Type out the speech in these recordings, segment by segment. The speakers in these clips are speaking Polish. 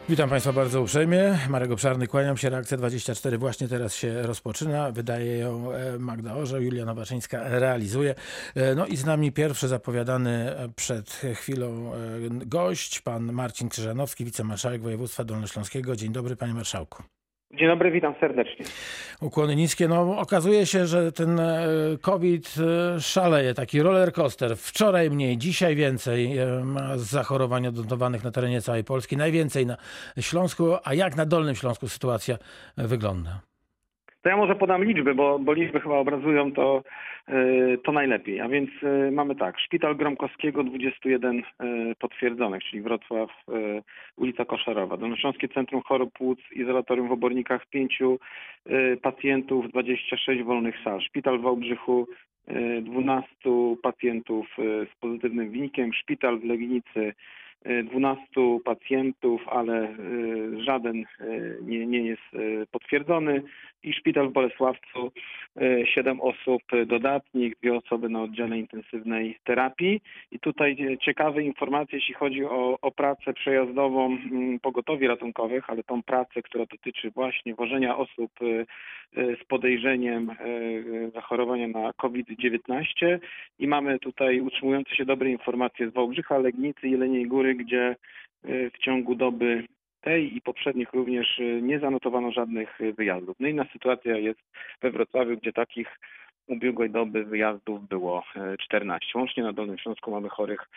Witam Państwa bardzo uprzejmie. Marek Obszarny, kłaniam się. Reakcja 24 właśnie teraz się rozpoczyna. Wydaje ją Magda Orzeł, Julia Nowaczyńska realizuje. No i z nami pierwszy zapowiadany przed chwilą gość, pan Marcin Krzyżanowski, wicemarszałek województwa dolnośląskiego. Dzień dobry, panie marszałku. Dzień dobry, witam serdecznie. Ukłony niskie. No, okazuje się, że ten COVID szaleje, taki roller coaster. Wczoraj mniej, dzisiaj więcej ma zachorowań odnotowanych na terenie całej Polski. Najwięcej na Śląsku. A jak na Dolnym Śląsku sytuacja wygląda? To ja może podam liczby, bo liczby chyba obrazują to najlepiej. A więc mamy tak, Szpital Gromkowskiego 21 potwierdzonych, czyli Wrocław, ulica Koszarowa. Dolnośląskie Centrum Chorób Płuc, Izolatorium w Obornikach 5 pacjentów, 26 wolnych sal. Szpital w Wałbrzychu 12 pacjentów z pozytywnym wynikiem. Szpital w Legnicy 12 pacjentów, ale żaden nie jest potwierdzony. I szpital w Bolesławcu 7 osób dodatnich, 2 osoby na oddziale intensywnej terapii. I tutaj ciekawe informacje, jeśli chodzi o pracę przejazdową pogotowi ratunkowych, ale tą pracę, która dotyczy właśnie wożenia osób z podejrzeniem zachorowania na COVID-19. I mamy tutaj utrzymujące się dobre informacje z Wałbrzycha, Legnicy, Jeleniej Góry, gdzie w ciągu doby tej i poprzednich również nie zanotowano żadnych wyjazdów. No inna sytuacja jest we Wrocławiu, gdzie takich ubiegłej doby wyjazdów było 14. Łącznie na Dolnym Śląsku mamy chorych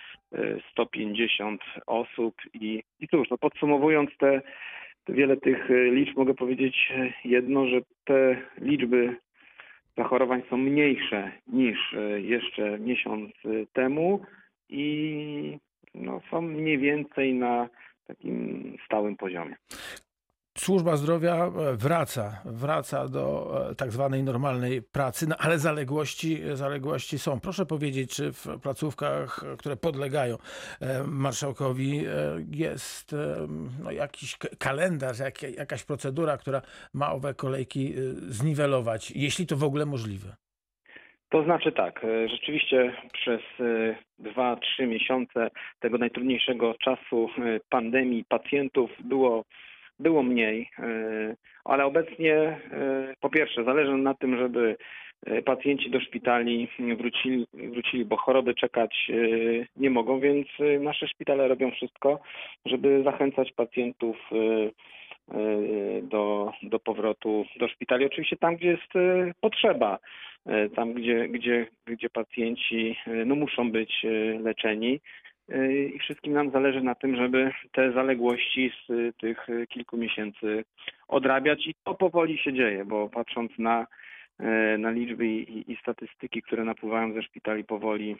150 osób i cóż, no podsumowując wiele tych liczb, mogę powiedzieć jedno, że te liczby zachorowań są mniejsze niż jeszcze miesiąc temu i są mniej więcej na takim stałym poziomie. Służba zdrowia wraca do tak zwanej normalnej pracy, no ale zaległości są. Proszę powiedzieć, czy w placówkach, które podlegają marszałkowi, jest jakiś kalendarz, jakaś procedura, która ma owe kolejki zniwelować, jeśli to w ogóle możliwe? To znaczy tak, rzeczywiście przez 2-3 miesiące tego najtrudniejszego czasu pandemii pacjentów było mniej, ale obecnie po pierwsze zależy nam na tym, żeby pacjenci do szpitali wrócili, bo choroby czekać nie mogą, więc nasze szpitale robią wszystko, żeby zachęcać pacjentów do powrotu do szpitali. Oczywiście tam, gdzie jest potrzeba, tam, gdzie pacjenci muszą być leczeni. I wszystkim nam zależy na tym, żeby te zaległości z tych kilku miesięcy odrabiać i to powoli się dzieje, bo patrząc na liczby i statystyki, które napływają ze szpitali, powoli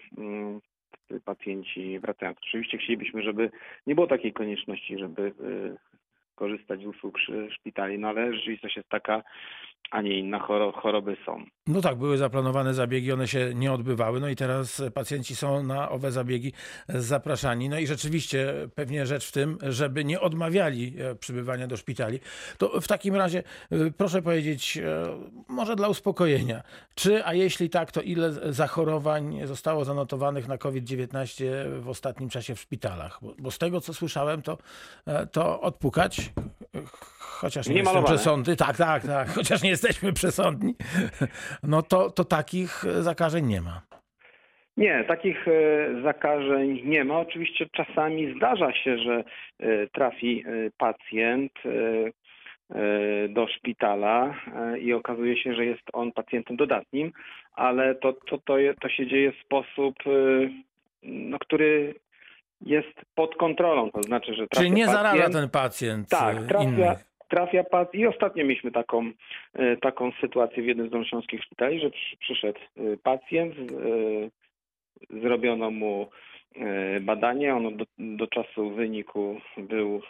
pacjenci wracają. Oczywiście chcielibyśmy, żeby nie było takiej konieczności, żeby korzystać z usług szpitali, no ale rzeczywistość jest taka, a nie inna, choroby są. No tak, były zaplanowane zabiegi, one się nie odbywały, no i teraz pacjenci są na owe zabiegi zapraszani. No i rzeczywiście pewnie rzecz w tym, żeby nie odmawiali przybywania do szpitali. To w takim razie proszę powiedzieć, może dla uspokojenia, a jeśli tak, to ile zachorowań zostało zanotowanych na COVID-19 w ostatnim czasie w szpitalach? Bo z tego, co słyszałem, to odpukać, chociaż nie jestem przesądny. Tak, chociaż nie jesteśmy przesądni, no to takich zakażeń nie ma. Nie, takich zakażeń nie ma. Oczywiście czasami zdarza się, że trafi pacjent do szpitala i okazuje się, że jest on pacjentem dodatnim, ale to się dzieje w sposób, który jest pod kontrolą. To znaczy, że trafia Czyli nie pacjent, zaraża ten pacjent trafia pacjent. I ostatnio mieliśmy taką sytuację w jednym z dolnośląskich szpitali, że przyszedł pacjent, zrobiono mu badanie, on do czasu wyniku był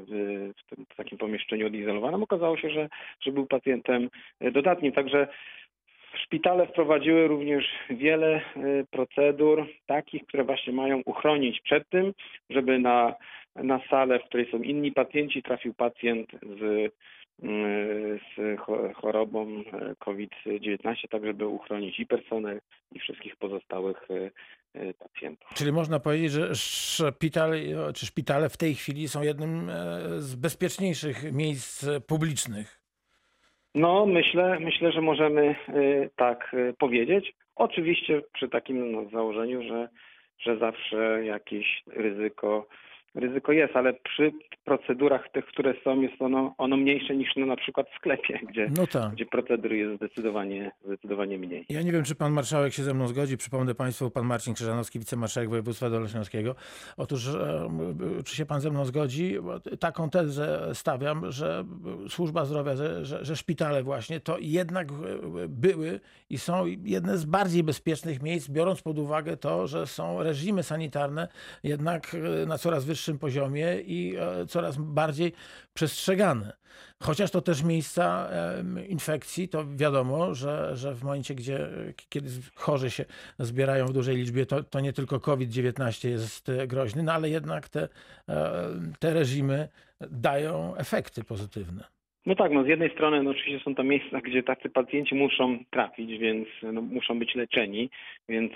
w takim pomieszczeniu odizolowanym. Okazało się, że był pacjentem dodatnim. Także szpitale wprowadziły również wiele procedur takich, które właśnie mają uchronić przed tym, żeby na salę, w której są inni pacjenci, trafił pacjent z z chorobą COVID-19, tak żeby uchronić i personel, i wszystkich pozostałych pacjentów. Czyli można powiedzieć, że szpitale w tej chwili są jednym z bezpieczniejszych miejsc publicznych. No, myślę, że możemy tak powiedzieć. Oczywiście przy takim założeniu, że zawsze jakieś ryzyko jest, ale przy procedurach tych, które są, jest ono mniejsze niż na przykład w sklepie, No tak. gdzie procedur jest zdecydowanie mniej. Ja nie wiem, czy pan marszałek się ze mną zgodzi. Przypomnę państwu, pan Marcin Krzyżanowski, wicemarszałek województwa dolnośląskiego. Otóż, czy się pan ze mną zgodzi? Bo taką tezę stawiam, że służba zdrowia, że szpitale właśnie to jednak były i są jedne z bardziej bezpiecznych miejsc, biorąc pod uwagę to, że są reżimy sanitarne jednak na coraz wyższym poziomie i coraz bardziej przestrzegane. Chociaż to też miejsca infekcji, to wiadomo, że w momencie, kiedy chorzy się zbierają w dużej liczbie, to nie tylko COVID-19 jest groźny, no ale jednak te reżimy dają efekty pozytywne. No tak, z jednej strony oczywiście są to miejsca, gdzie tacy pacjenci muszą trafić, więc muszą być leczeni, więc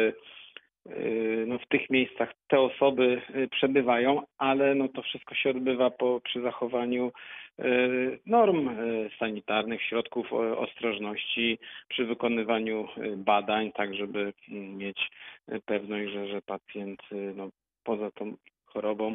w tych miejscach te osoby przebywają, ale to wszystko się odbywa przy zachowaniu norm sanitarnych, środków ostrożności, przy wykonywaniu badań, tak żeby mieć pewność, że pacjent poza tą chorobą,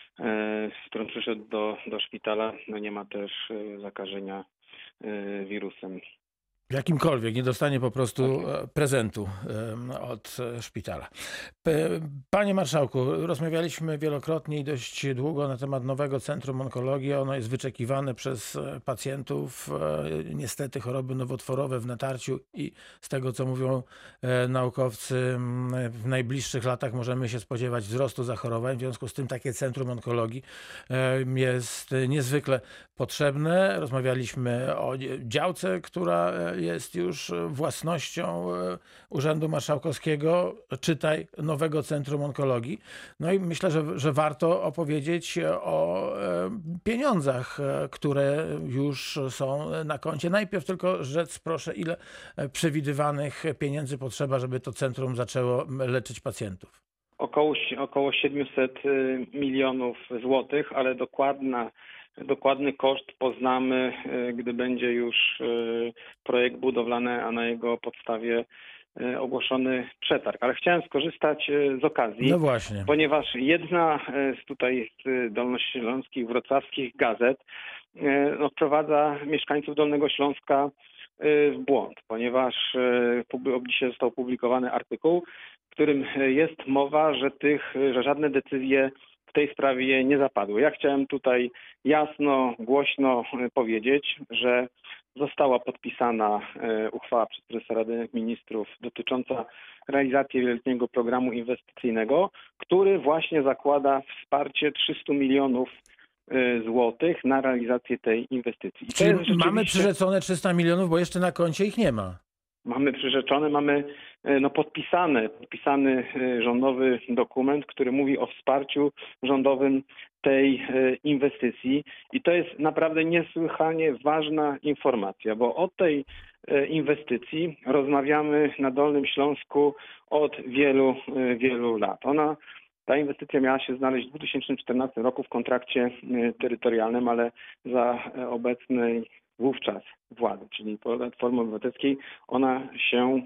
z którą przyszedł do szpitala, nie ma też zakażenia wirusem. Jakimkolwiek, nie dostanie po prostu prezentu od szpitala. Panie marszałku, rozmawialiśmy wielokrotnie i dość długo na temat nowego Centrum Onkologii. Ono jest wyczekiwane przez pacjentów. Niestety choroby nowotworowe w natarciu i z tego, co mówią naukowcy, w najbliższych latach możemy się spodziewać wzrostu zachorowań. W związku z tym takie Centrum Onkologii jest niezwykle potrzebne. Rozmawialiśmy o działce, która jest już własnością Urzędu Marszałkowskiego, czytaj nowego Centrum Onkologii. No i myślę, że warto opowiedzieć o pieniądzach, które już są na koncie. Najpierw tylko rzec proszę, ile przewidywanych pieniędzy potrzeba, żeby to centrum zaczęło leczyć pacjentów. Około 700 milionów złotych, ale dokładny koszt poznamy, gdy będzie już projekt budowlany, a na jego podstawie ogłoszony przetarg. Ale chciałem skorzystać z okazji, no właśnie, ponieważ jedna z dolnośląskich, wrocławskich gazet wprowadza mieszkańców Dolnego Śląska w błąd, ponieważ dzisiaj został opublikowany artykuł, w którym jest mowa, że żadne decyzje w tej sprawie nie zapadły. Ja chciałem tutaj jasno, głośno powiedzieć, że została podpisana uchwała przez prezesa Rady Ministrów dotycząca realizacji wieloletniego programu inwestycyjnego, który właśnie zakłada wsparcie 300 milionów złotych na realizację tej inwestycji. Czyli mamy przyrzeczone 300 milionów, bo jeszcze na koncie ich nie ma. Mamy przyrzeczone, mamy podpisany rządowy dokument, który mówi o wsparciu rządowym tej inwestycji i to jest naprawdę niesłychanie ważna informacja, bo o tej inwestycji rozmawiamy na Dolnym Śląsku od wielu lat. Ta inwestycja miała się znaleźć w 2014 roku w kontrakcie terytorialnym, ale za obecnej wówczas władzy, czyli Platformy Obywatelskiej, ona się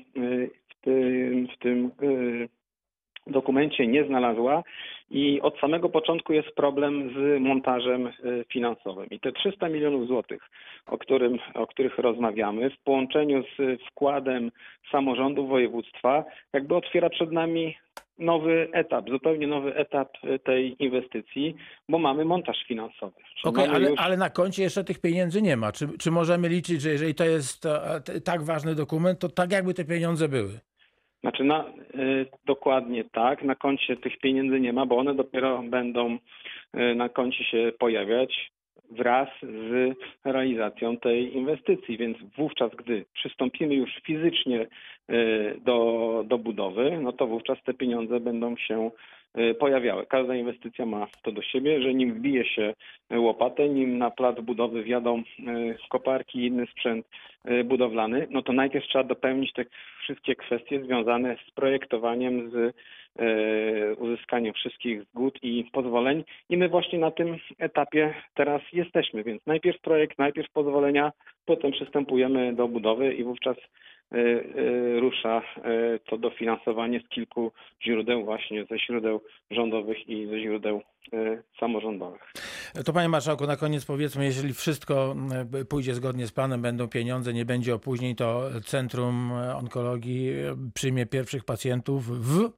w tym dokumencie nie znalazła i od samego początku jest problem z montażem finansowym. I te 300 milionów złotych, o których rozmawiamy, w połączeniu z wkładem samorządu województwa, jakby otwiera przed nami zupełnie nowy etap tej inwestycji, bo mamy montaż finansowy. Okej, ale na koncie jeszcze tych pieniędzy nie ma. Czy możemy liczyć, że jeżeli to jest tak ważny dokument, to tak jakby te pieniądze były? Znaczy dokładnie tak, na koncie tych pieniędzy nie ma, bo one dopiero będą na koncie się pojawiać wraz z realizacją tej inwestycji, więc wówczas, gdy przystąpimy już fizycznie do budowy, to wówczas te pieniądze będą się pojawiały. Każda inwestycja ma to do siebie, że nim wbije się łopatę, nim na plac budowy wjadą koparki i inny sprzęt budowlany, no to najpierw trzeba dopełnić te wszystkie kwestie związane z projektowaniem, z uzyskaniem wszystkich zgód i pozwoleń i my właśnie na tym etapie teraz jesteśmy, więc najpierw projekt, najpierw pozwolenia, potem przystępujemy do budowy i wówczas rusza to dofinansowanie z kilku źródeł, właśnie ze źródeł rządowych i ze źródeł samorządowych. To panie marszałku, na koniec powiedzmy, jeżeli wszystko pójdzie zgodnie z planem, będą pieniądze, nie będzie opóźnień, to Centrum Onkologii przyjmie pierwszych pacjentów w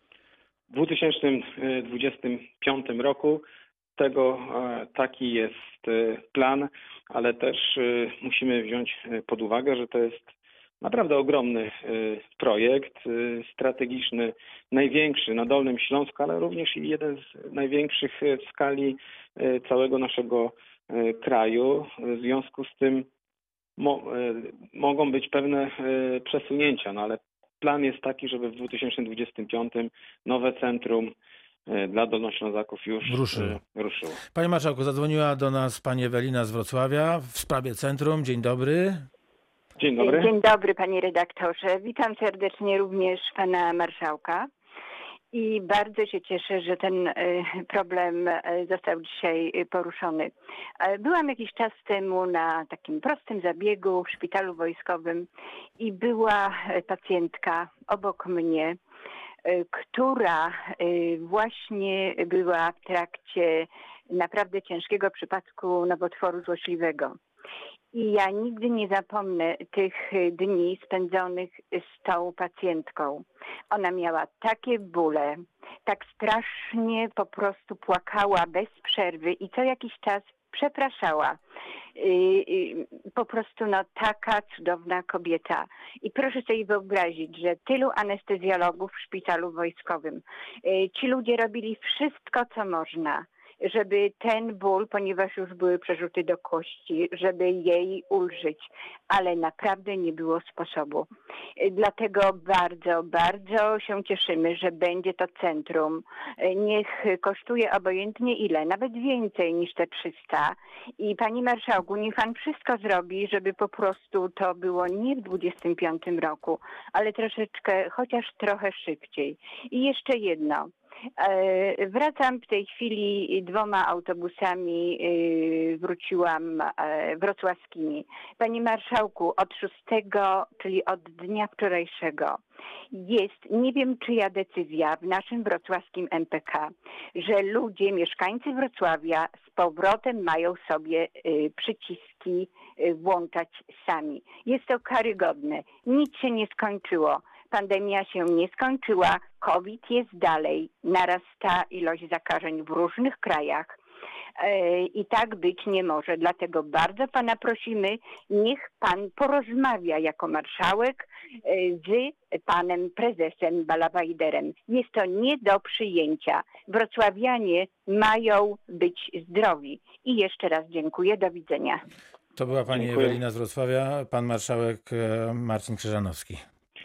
2025 roku. Taki jest plan, ale też musimy wziąć pod uwagę, że to jest naprawdę ogromny projekt, strategiczny, największy na Dolnym Śląsku, ale również i jeden z największych w skali całego naszego kraju. W związku z tym mogą być pewne przesunięcia, no ale plan jest taki, żeby w 2025 nowe centrum dla Dolnoślązaków już ruszyło. Panie marszałku, zadzwoniła do nas pani Ewelina z Wrocławia w sprawie centrum. Dzień dobry. Dzień dobry. Dzień dobry, panie redaktorze. Witam serdecznie również pana marszałka i bardzo się cieszę, że ten problem został dzisiaj poruszony. Byłam jakiś czas temu na takim prostym zabiegu w szpitalu wojskowym i była pacjentka obok mnie, która właśnie była w trakcie naprawdę ciężkiego przypadku nowotworu złośliwego. I ja nigdy nie zapomnę tych dni spędzonych z tą pacjentką. Ona miała takie bóle, tak strasznie po prostu płakała bez przerwy i co jakiś czas przepraszała. Po prostu taka cudowna kobieta. I proszę sobie wyobrazić, że tylu anestezjologów w szpitalu wojskowym. Ci ludzie robili wszystko, co można, żeby ten ból, ponieważ już były przerzuty do kości, żeby jej ulżyć, ale naprawdę nie było sposobu. Dlatego bardzo, bardzo się cieszymy, że będzie to centrum. Niech kosztuje obojętnie ile, nawet więcej niż te 300. I panie marszałku, niech pan wszystko zrobi, żeby po prostu to było nie w 25 roku, ale troszeczkę, chociaż trochę szybciej. I jeszcze jedno. Wracam w tej chwili 2 autobusami, wróciłam wrocławskimi. Panie marszałku, od 6, czyli od dnia wczorajszego jest, nie wiem czyja decyzja w naszym wrocławskim MPK, że ludzie, mieszkańcy Wrocławia z powrotem mają sobie przyciski włączać sami. Jest to karygodne. Nic się nie skończyło. Pandemia się nie skończyła, COVID jest dalej, narasta ilość zakażeń w różnych krajach i tak być nie może. Dlatego bardzo pana prosimy, niech pan porozmawia jako marszałek z panem prezesem Ballawajderem. Jest to nie do przyjęcia. Wrocławianie mają być zdrowi. I jeszcze raz dziękuję. Do widzenia. To była pani Ewelina z Wrocławia, pan marszałek Marcin Krzyżanowski.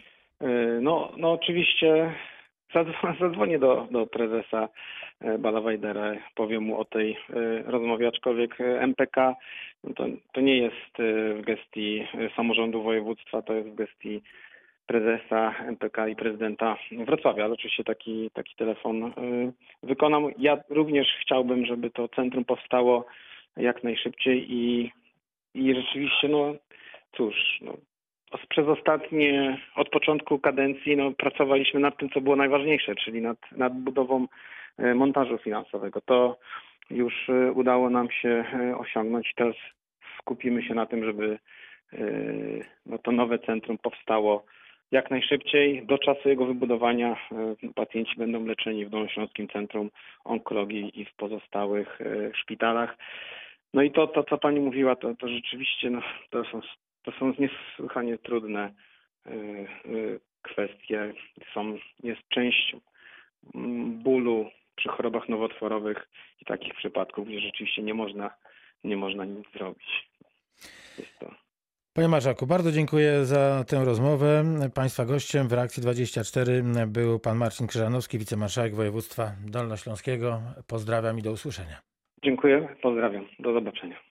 No oczywiście zadzwonię do prezesa Ballawajdera, powiem mu o tej rozmowie, aczkolwiek MPK to nie jest w gestii samorządu województwa, to jest w gestii prezesa MPK i prezydenta Wrocławia, ale oczywiście taki telefon wykonam. Ja również chciałbym, żeby to centrum powstało jak najszybciej i rzeczywiście, przez od początku kadencji pracowaliśmy nad tym, co było najważniejsze, czyli nad budową montażu finansowego. To już udało nam się osiągnąć. Teraz skupimy się na tym, żeby to nowe centrum powstało jak najszybciej. Do czasu jego wybudowania pacjenci będą leczeni w Dolnośląskim Centrum Onkologii i w pozostałych szpitalach. No i to co pani mówiła, to rzeczywiście to są niesłychanie trudne kwestie. Jest część bólu przy chorobach nowotworowych i takich przypadków, gdzie rzeczywiście nie można nic zrobić. Jest to Panie marszałku, bardzo dziękuję za tę rozmowę. Państwa gościem w Reakcji 24 był pan Marcin Krzyżanowski, wicemarszałek województwa dolnośląskiego. Pozdrawiam i do usłyszenia. Dziękuję, pozdrawiam. Do zobaczenia.